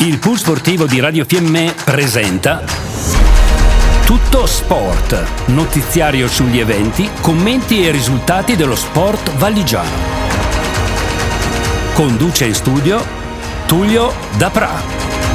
Il pool sportivo di Radio Fiemme presenta Tutto Sport, notiziario sugli eventi, commenti e risultati dello sport valligiano. Conduce in studio Tullio Dapra.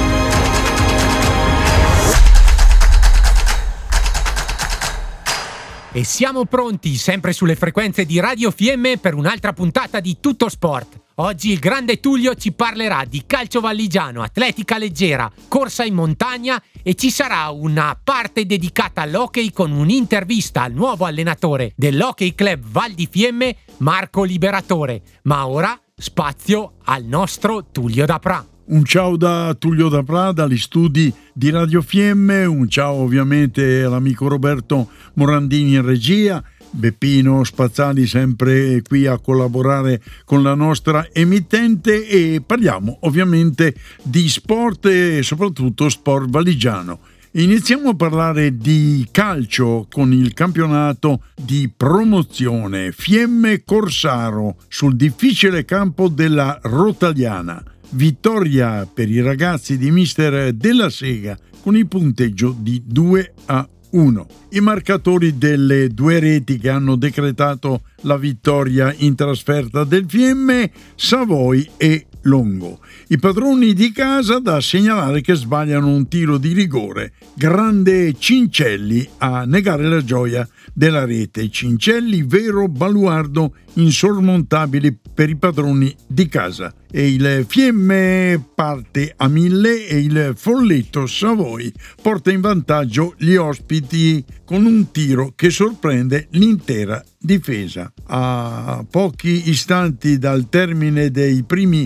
E siamo pronti, sempre sulle frequenze di Radio Fiemme, per un'altra puntata di Tutto Sport. Oggi il grande Tullio ci parlerà di calcio valligiano, atletica leggera, corsa in montagna e ci sarà una parte dedicata all'hockey con un'intervista al nuovo allenatore dell'Hockey Club Val di Fiemme, Marco Liberatore. Ma ora spazio al nostro Tullio Dapra. Un ciao da Tullio Dapra dagli studi di Radio Fiemme, un ciao ovviamente all'amico Roberto Morandini in regia, Beppino Spazzali sempre qui a collaborare con la nostra emittente e parliamo ovviamente di sport e soprattutto sport valligiano. Iniziamo a parlare di calcio con il campionato di promozione Fiemme Corsaro sul difficile campo della Rotagliana. Vittoria per i ragazzi di mister Della Sega con il punteggio di 2-1. I marcatori delle due reti che hanno decretato la vittoria in trasferta del Fiemme, Savoy e Longo. I padroni di casa da segnalare che sbagliano un tiro di rigore. Grande Cincelli a negare la gioia della rete. Cincelli, vero baluardo insormontabile per i padroni di casa. E il Fiemme parte a 1000 e il folletto Savoy porta in vantaggio gli ospiti con un tiro che sorprende l'intera difesa. A pochi istanti dal termine dei primi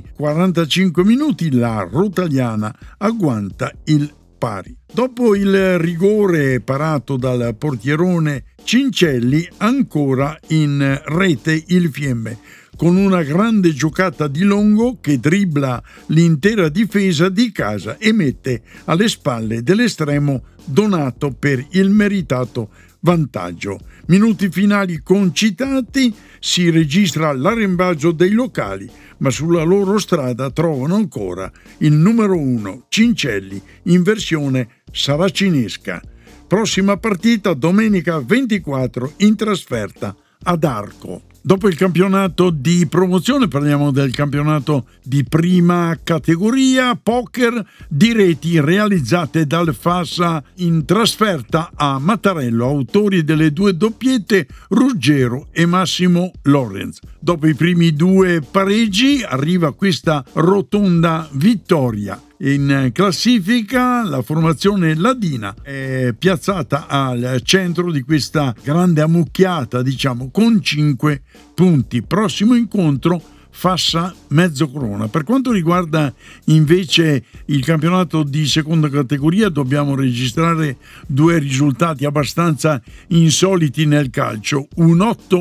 45 minuti la Rotagliana agguanta il pari. Dopo il rigore parato dal portierone Cincelli, ancora in rete il Fiemme, con una grande giocata di Longo che dribbla l'intera difesa di casa e mette alle spalle dell'estremo Donato per il meritato vantaggio. Minuti finali concitati, si registra l'arrembaggio dei locali, ma sulla loro strada trovano ancora il numero 1 Cincelli in versione saracinesca. Prossima partita domenica 24 in trasferta ad Arco. Dopo il campionato di promozione parliamo del campionato di prima categoria poker di reti realizzate dal Fassa in trasferta a Mattarello, autori delle due doppiette Ruggero e Massimo Lorenz. Dopo i primi due pareggi arriva questa rotonda vittoria. In classifica la formazione ladina è piazzata al centro di questa grande ammucchiata, con 5 punti. Prossimo incontro Fassa Mezzocorona. Per quanto riguarda invece il campionato di seconda categoria dobbiamo registrare due risultati abbastanza insoliti nel calcio. Un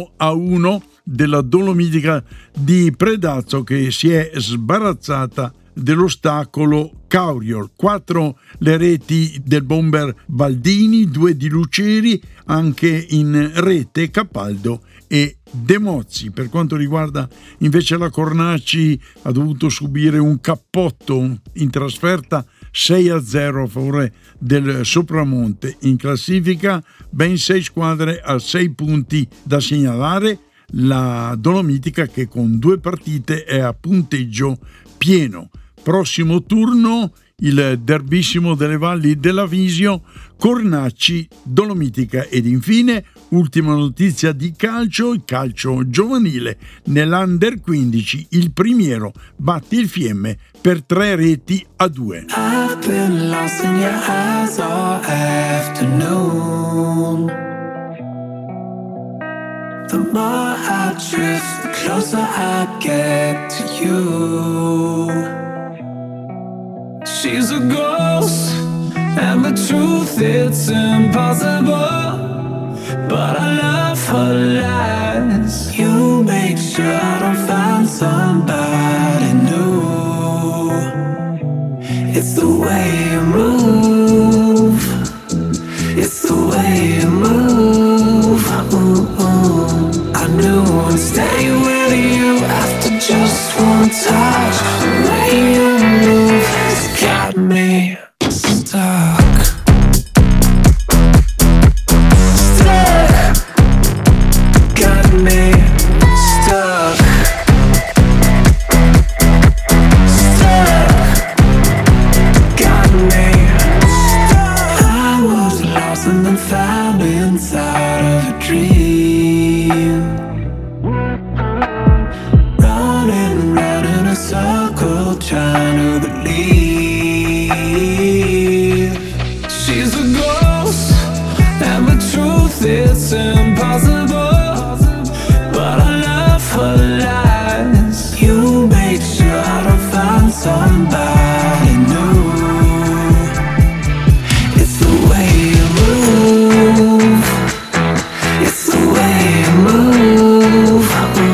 8-1 della Dolomitica di Predazzo che si è sbarazzata dell'ostacolo Cauriol. 4 le reti del bomber Baldini, 2 di Luceri, anche in rete Capaldo e De Mozzi. Per quanto riguarda invece la Cornaci, ha dovuto subire un cappotto in trasferta 6-0 a favore del Sopramonte. In classifica ben 6 squadre a 6 punti da segnalare. La Dolomitica che con 2 partite è a punteggio pieno. Prossimo turno il derbissimo delle valli dell'Avisio, Cornacci, Dolomitica ed infine ultima notizia di calcio, il calcio giovanile. Nell'Under 15 il Primiero batte il Fiemme per 3-2. I've been lost in your eyes all afternoon. The more I drift, the closer I get to you. She's a ghost, and the truth, it's impossible. But I love her lies. You make sure I don't find somebody new. It's the way you move. It's the way you move. I knew I'd stay with you after just one touch. The way you move has got me believe. She's a ghost, and the truth is impossible, but I love her lies. You made sure to find somebody new. It's the way you move, it's the way you move.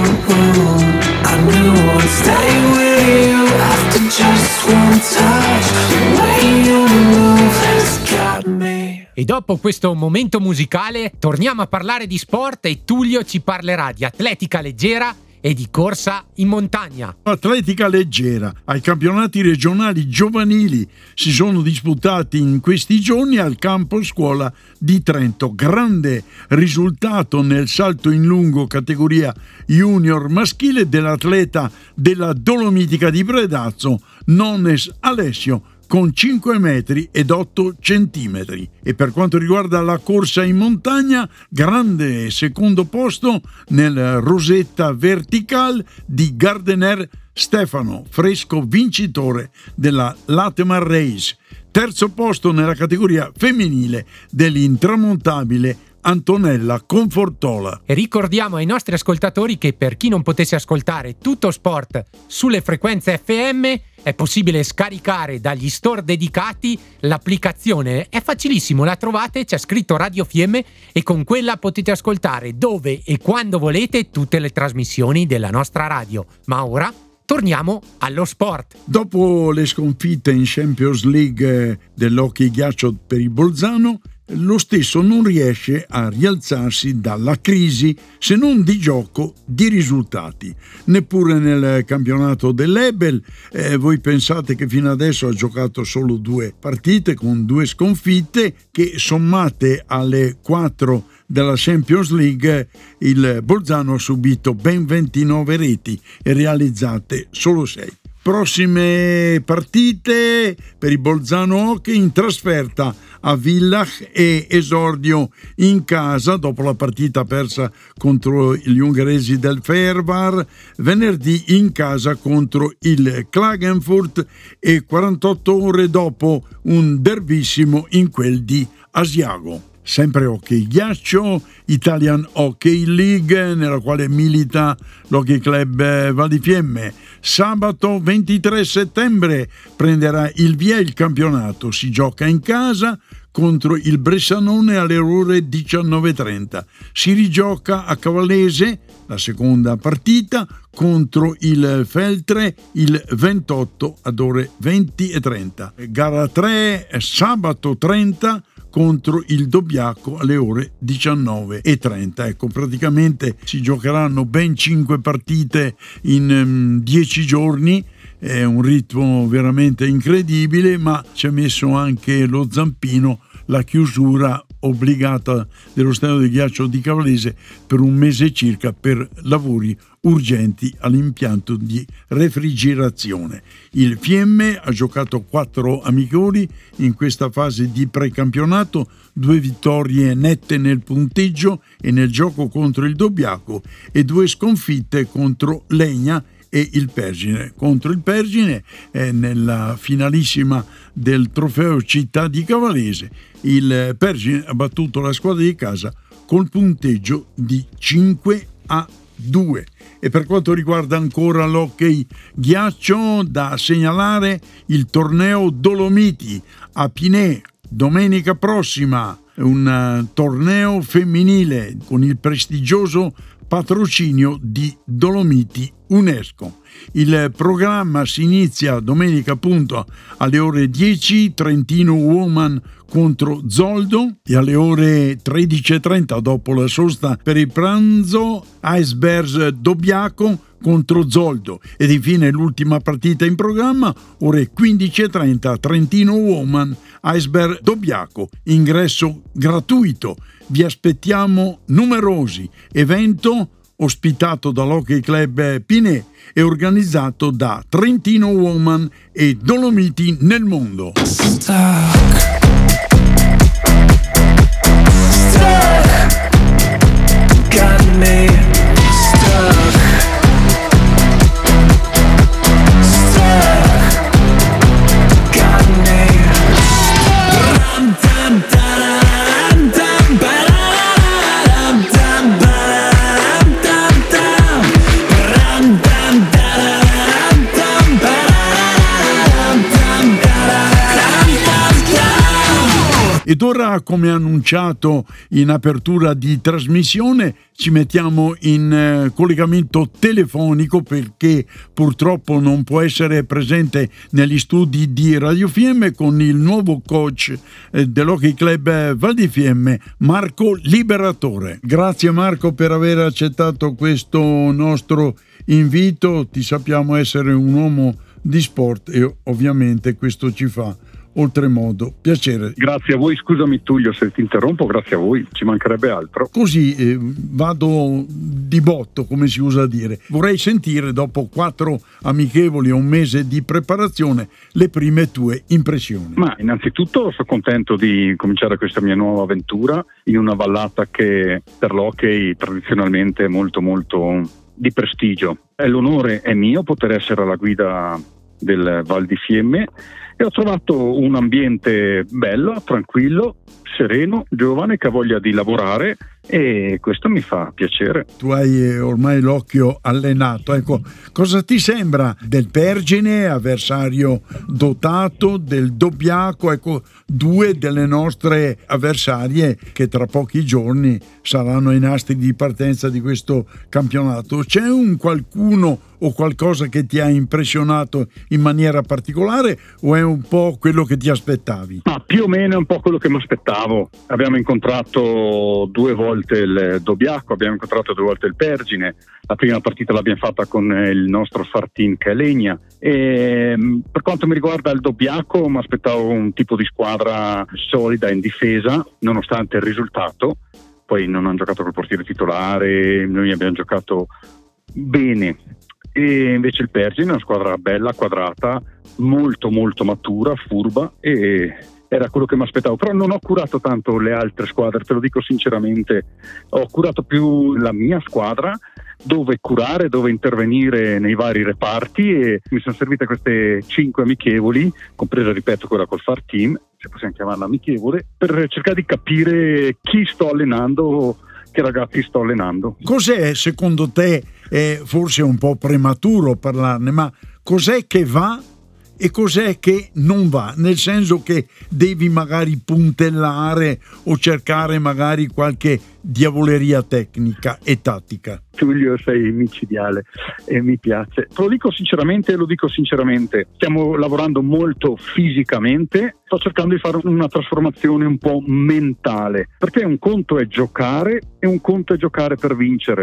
I knew I'd stay with you after just one touch. The way you move has got me. E dopo questo momento musicale torniamo a parlare di sport e Tullio ci parlerà di atletica leggera e di corsa in montagna. Atletica leggera ai campionati regionali giovanili si sono disputati in questi giorni al campo scuola di Trento. Grande risultato nel salto in lungo categoria junior maschile dell'atleta della Dolomitica di Predazzo Nones Alessio con 5 metri ed 8 centimetri. E per quanto riguarda la corsa in montagna, grande secondo posto nel Rosetta Vertical di Gardener Stefano, fresco vincitore della Latemar Race. Terzo posto nella categoria femminile dell'intramontabile Antonella Confortola. E ricordiamo ai nostri ascoltatori che per chi non potesse ascoltare Tutto Sport sulle frequenze FM è possibile scaricare dagli store dedicati l'applicazione. È facilissimo, la trovate, c'è scritto Radio Fiemme e con quella potete ascoltare dove e quando volete tutte le trasmissioni della nostra radio. Ma ora torniamo allo sport. Dopo le sconfitte in Champions League dell'hockey ghiaccio per il Bolzano, lo stesso non riesce a rialzarsi dalla crisi se non di gioco, di risultati. Neppure nel campionato dell'Ebel. Voi pensate che fino adesso ha giocato solo 2 partite con 2 sconfitte che sommate alle 4 della Champions League il Bolzano ha subito ben 29 reti e realizzate solo 6. Prossime partite per il Bolzano Hockey in trasferta a Villach e esordio in casa dopo la partita persa contro gli ungheresi del Fehérvár, venerdì in casa contro il Klagenfurt e 48 ore dopo un derbissimo in quel di Asiago. Sempre hockey ghiaccio, Italian Hockey League, nella quale milita l'Hockey Club Val di Fiemme. Sabato 23 settembre prenderà il via il campionato. Si gioca in casa contro il Bressanone alle ore 19:30. Si rigioca a Cavallese la seconda partita contro il Feltre il 28 ad ore 20:30. Gara 3 sabato 30 contro il Dobbiaco alle ore 19:30. Ecco, praticamente si giocheranno ben 5 partite in 10 giorni. È un ritmo veramente incredibile, ma ci ha messo anche lo zampino la chiusura obbligata dello stadio di ghiaccio di Cavallese per un mese circa per lavori urgenti all'impianto di refrigerazione. Il Fiemme ha giocato 4 amichevoli in questa fase di precampionato, 2 vittorie nette nel punteggio e nel gioco contro il Dobbiaco e 2 sconfitte contro Legna e il Pergine. Contro il Pergine nella finalissima del trofeo Città di Cavallese il Pergine ha battuto la squadra di casa col punteggio di 5-2. E per quanto riguarda ancora l'hockey ghiaccio, da segnalare il torneo Dolomiti a Pinè domenica prossima, un torneo femminile con il prestigioso patrocinio di Dolomiti UNESCO. Il programma si inizia domenica appunto alle ore 10, Trentino Woman contro Zoldo, e alle ore 13:30 dopo la sosta per il pranzo Icebergs Dobbiaco contro Zoldo, ed infine l'ultima partita in programma ore 15:30 Trentino Woman Iceberg Dobbiaco, ingresso gratuito. Vi aspettiamo numerosi. Evento ospitato dall'Hockey Club Pinè e organizzato da Trentino Woman e Dolomiti nel mondo. Got me stuck. Ed ora, come annunciato in apertura di trasmissione, ci mettiamo in collegamento telefonico perché purtroppo non può essere presente negli studi di Radio Fiemme con il nuovo coach dell'Hockey Club Val di Fiemme, Marco Liberatore. Grazie Marco per aver accettato questo nostro invito, ti sappiamo essere un uomo di sport e ovviamente questo ci fa oltremodo piacere. Grazie a voi, scusami Tullio se ti interrompo, grazie a voi, ci mancherebbe altro. Così vado di botto, come si usa dire. Vorrei sentire, dopo 4 amichevoli e un mese di preparazione, le prime tue impressioni. Ma innanzitutto sono contento di cominciare questa mia nuova avventura in una vallata che per l'hockey tradizionalmente è molto molto di prestigio. L'onore è mio poter essere alla guida del Val di Fiemme e ho trovato un ambiente bello, tranquillo, sereno, giovane, che ha voglia di lavorare e questo mi fa piacere. Tu hai ormai l'occhio allenato, ecco, cosa ti sembra del Pergine, avversario dotato, del Dobbiaco, ecco, 2 delle nostre avversarie che tra pochi giorni saranno i nastri di partenza di questo campionato. C'è un qualcuno o qualcosa che ti ha impressionato in maniera particolare o è un po' quello che ti aspettavi? Ma più o meno è un po' quello che mi aspettavo. Abbiamo incontrato 2 volte il Dobbiaco, abbiamo incontrato 2 volte il Pergine. La prima partita l'abbiamo fatta con il nostro Fartin che è Legna. E per quanto mi riguarda il Dobbiaco mi aspettavo un tipo di squadra solida in difesa nonostante il risultato. Poi non hanno giocato col portiere titolare, noi abbiamo giocato bene. E invece il Pergine è una squadra bella, quadrata, molto molto matura, furba, e era quello che mi aspettavo. Però non ho curato tanto le altre squadre, te lo dico sinceramente, ho curato più la mia squadra, dove curare, dove intervenire nei vari reparti, e mi sono servite queste 5 amichevoli, compresa, ripeto, quella col Far Team, se possiamo chiamarla amichevole, per cercare di capire chi sto allenando, che ragazzi sto allenando. Cos'è secondo te, forse è un po' prematuro parlarne, ma cos'è che va e cos'è che non va? Nel senso che devi magari puntellare o cercare magari qualche diavoleria tecnica e tattica. Tullio, sei micidiale e mi piace. Lo dico sinceramente, stiamo lavorando molto fisicamente, sto cercando di fare una trasformazione un po' mentale, perché un conto è giocare e un conto è giocare per vincere,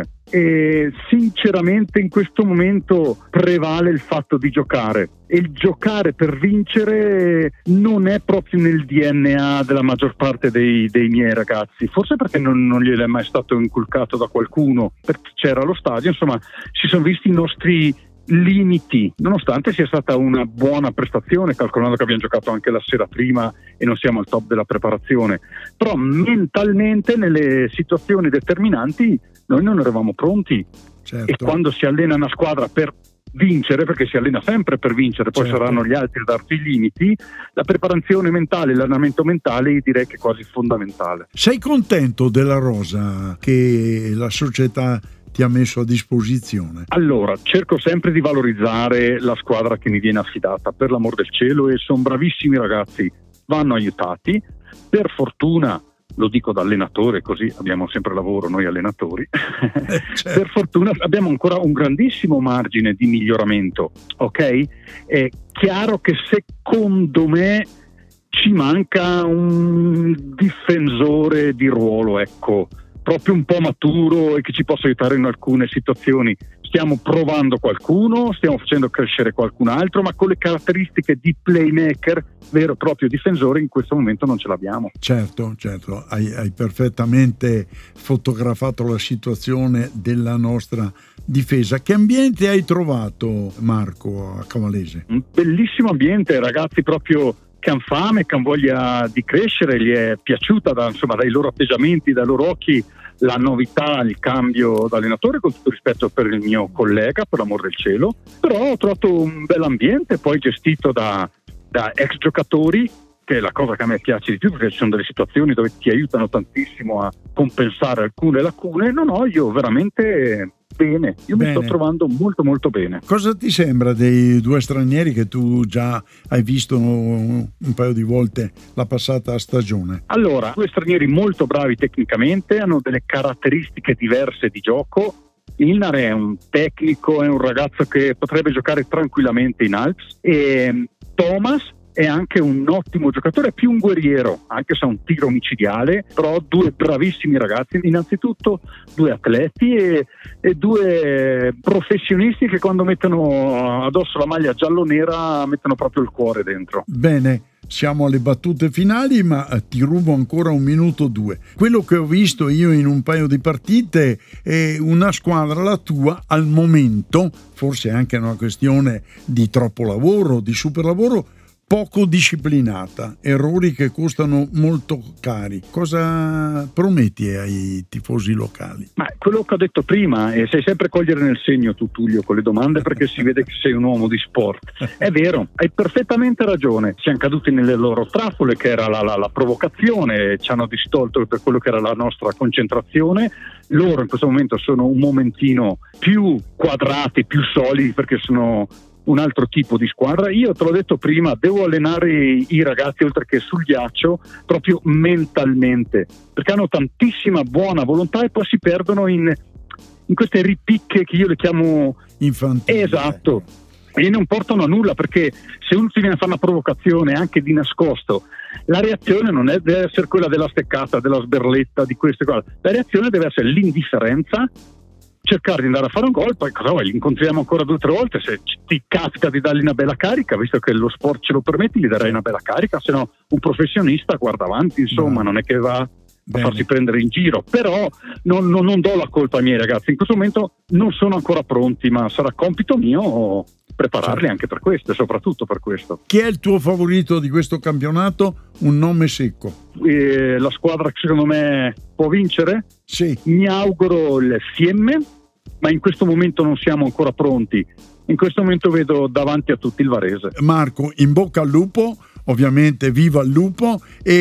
e sinceramente in questo momento prevale il fatto di giocare, e il giocare per vincere non è proprio nel DNA della maggior parte dei miei ragazzi, forse perché non gliel'è mai stato inculcato da qualcuno, perché c'era allo stadio, insomma si sono visti i nostri limiti, nonostante sia stata una buona prestazione, calcolando che abbiamo giocato anche la sera prima e non siamo al top della preparazione, però mentalmente nelle situazioni determinanti noi non eravamo pronti. Certo. E quando si allena una squadra per vincere, perché si allena sempre per vincere, poi certo, saranno gli altri a darti i limiti, la preparazione mentale, l'allenamento mentale direi che è quasi fondamentale. Sei contento della rosa che la società ti ha messo a disposizione? Allora, cerco sempre di valorizzare la squadra che mi viene affidata, per l'amor del cielo, e sono bravissimi ragazzi, vanno aiutati. Per fortuna, lo dico da allenatore, così abbiamo sempre lavoro noi allenatori, Certo. Per fortuna abbiamo ancora un grandissimo margine di miglioramento, ok? È chiaro che secondo me ci manca un difensore di ruolo, ecco, proprio un po' maturo e che ci possa aiutare in alcune situazioni. Stiamo provando qualcuno, stiamo facendo crescere qualcun altro, ma con le caratteristiche di playmaker, vero e proprio difensore, in questo momento non ce l'abbiamo. Certo, hai perfettamente fotografato la situazione della nostra difesa. Che ambiente hai trovato, Marco, a Cavalese? Un bellissimo ambiente, ragazzi proprio che hanno fame, che hanno voglia di crescere, gli è piaciuta dai loro atteggiamenti, dai loro occhi, la novità, il cambio d'allenatore, con tutto rispetto per il mio collega, per l'amor del cielo, però ho trovato un bel ambiente, poi gestito da ex giocatori, che è la cosa che a me piace di più, perché ci sono delle situazioni dove ti aiutano tantissimo a compensare alcune lacune. Io veramente bene, io mi sto trovando molto molto bene. Cosa ti sembra dei due stranieri che tu già hai visto un paio di volte la passata stagione? Allora, due stranieri molto bravi tecnicamente, hanno delle caratteristiche diverse di gioco. Ilnar è un tecnico, è un ragazzo che potrebbe giocare tranquillamente in Alps, e Thomas è anche un ottimo giocatore, è più un guerriero, anche se ha un tiro micidiale, però due bravissimi ragazzi, innanzitutto due atleti e due professionisti che quando mettono addosso la maglia giallo-nera mettono proprio il cuore dentro. Bene, siamo alle battute finali, ma ti rubo ancora 1 minuto o 2. Quello che ho visto io in un paio di partite è una squadra, la tua, al momento, forse è anche una questione di troppo lavoro, di super lavoro, poco disciplinata, errori che costano molto cari. Cosa prometti ai tifosi locali? Ma quello che ho detto prima, e sei sempre cogliere nel segno tu, Tullio, con le domande, perché si vede che sei un uomo di sport. È vero, hai perfettamente ragione, siamo caduti nelle loro trappole, che era la provocazione, ci hanno distolto per quello che era la nostra concentrazione. Loro in questo momento sono un momentino più quadrati, più solidi, perché sono un altro tipo di squadra. Io te l'ho detto prima, devo allenare i ragazzi oltre che sul ghiaccio proprio mentalmente, perché hanno tantissima buona volontà e poi si perdono in queste ripicche che io le chiamo infantili. Esatto, e non portano a nulla, perché se uno ti viene a fare una provocazione anche di nascosto, la reazione non deve essere quella della steccata, della sberletta, di queste cose. La reazione deve essere l'indifferenza, cercare di andare a fare un gol, poi cosa vuoi, li incontriamo ancora 2 o 3 volte, se ti capita di dargli una bella carica, visto che lo sport ce lo permette, gli darei una bella carica, se no un professionista guarda avanti, insomma, non è che va a farsi prendere in giro, però non do la colpa ai miei ragazzi, in questo momento non sono ancora pronti, ma sarà compito mio prepararli anche per questo e soprattutto per questo. Chi è il tuo favorito di questo campionato? Un nome secco. La squadra che secondo me può vincere? Sì. Mi auguro il Fiemme, ma in questo momento non siamo ancora pronti. In questo momento vedo davanti a tutti il Varese. Marco, in bocca al lupo, ovviamente viva il lupo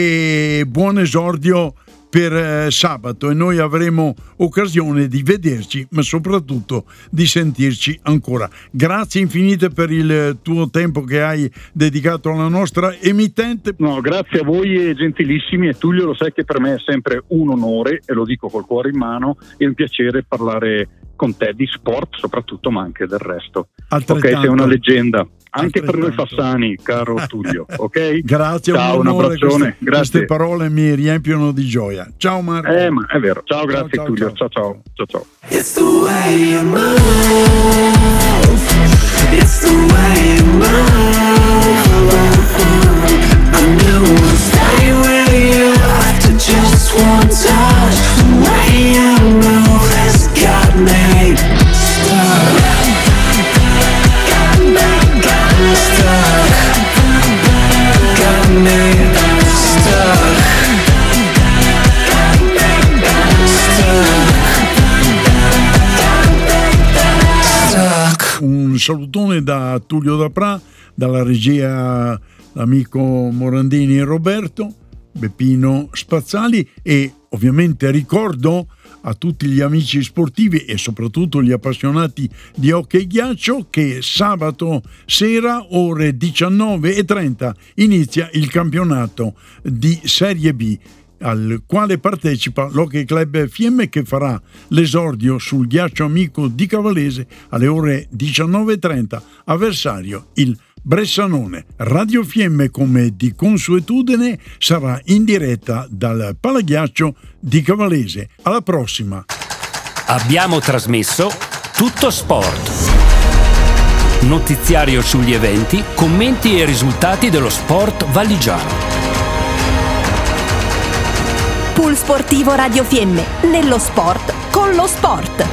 e buon esordio per sabato, e noi avremo occasione di vederci, ma soprattutto di sentirci ancora. Grazie infinite per il tuo tempo che hai dedicato alla nostra emittente. No, grazie a voi gentilissimi, e Tullio, lo sai che per me è sempre un onore, e lo dico col cuore in mano, e un piacere parlare con te di sport soprattutto, ma anche del resto. Ok, sei una leggenda. Anche per noi Fassani, caro Tullio, ok? Grazie, ciao, un abbraccione. Queste parole mi riempiono di gioia. Ciao Marco. Ma è vero. Ciao, grazie Tullio. Ciao. It's the way you move. It's the way you move. I knew I'd stay with you after just one touch. The way you move has got me stuck. Un salutone da Tullio Dapra, dalla regia l'amico Morandini e Roberto, Beppino Spazzali, e ovviamente ricordo a tutti gli amici sportivi e soprattutto gli appassionati di hockey ghiaccio che sabato sera ore 19:30 inizia il campionato di Serie B, al quale partecipa l'Hockey Club Fiemme, che farà l'esordio sul ghiaccio amico di Cavallese alle ore 19:30. Avversario il Bressanone. Radio Fiemme, come di consuetudine, sarà in diretta dal Palaghiaccio di Cavallese. Alla prossima. Abbiamo trasmesso Tutto Sport. Notiziario sugli eventi, commenti e risultati dello sport valligiano. Pool sportivo Radio Fiemme, nello sport con lo sport.